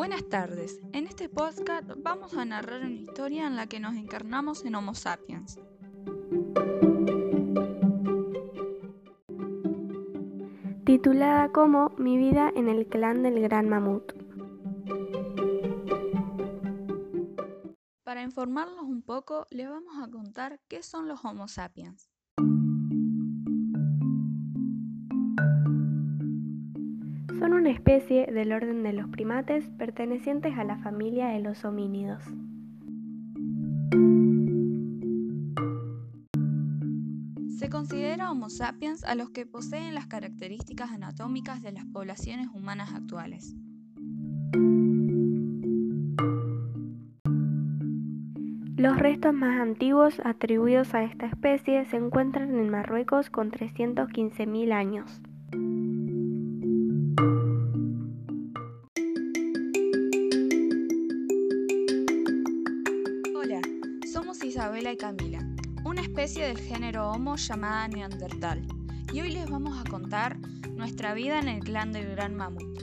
Buenas tardes, en este podcast vamos a narrar una historia en la que nos encarnamos en Homo sapiens. Titulada como Mi vida en el clan del Gran Mamut. Para informarlos un poco, les vamos a contar qué son los Homo sapiens. Son una especie del orden de los primates pertenecientes a la familia de los homínidos. Se considera Homo sapiens a los que poseen las características anatómicas de las poblaciones humanas actuales. Los restos más antiguos atribuidos a esta especie se encuentran en Marruecos con 315.000 años. Hola, somos Isabela y Camila, una especie del género Homo llamada Neandertal, y hoy les vamos a contar nuestra vida en el clan del Gran Mamut.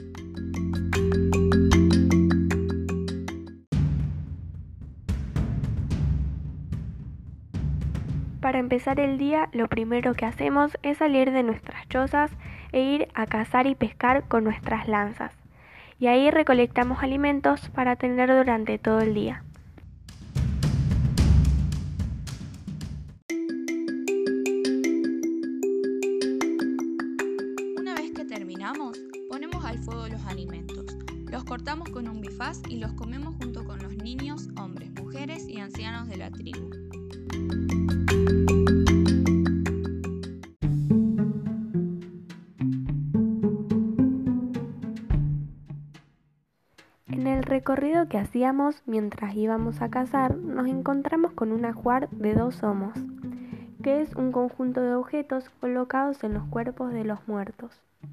Para empezar el día, lo primero que hacemos es salir de nuestras chozas e ir a cazar y pescar con nuestras lanzas. Y ahí recolectamos alimentos para tener durante todo el día. Una vez que terminamos, ponemos al fuego los alimentos. Los cortamos con un bifaz y los comemos junto con los niños, hombres, mujeres y ancianos de la tribu. En el recorrido que hacíamos mientras íbamos a cazar, nos encontramos con un ajuar de 2 homos, que es un conjunto de objetos colocados en los cuerpos de los muertos.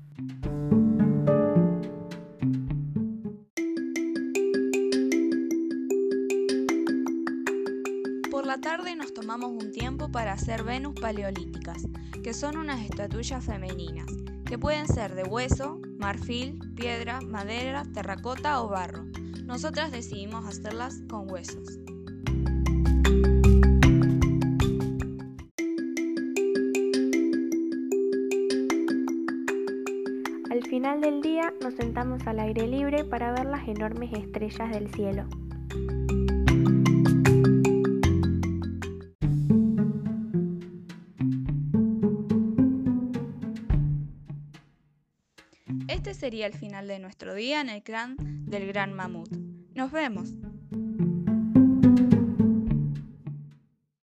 Por la tarde nos tomamos un tiempo para hacer Venus paleolíticas, que son unas estatuillas femeninas, que pueden ser de hueso, marfil, piedra, madera, terracota o barro. Nosotras decidimos hacerlas con huesos. Al final del día nos sentamos al aire libre para ver las enormes estrellas del cielo. Este sería el final de nuestro día en el clan del Gran Mamut. ¡Nos vemos!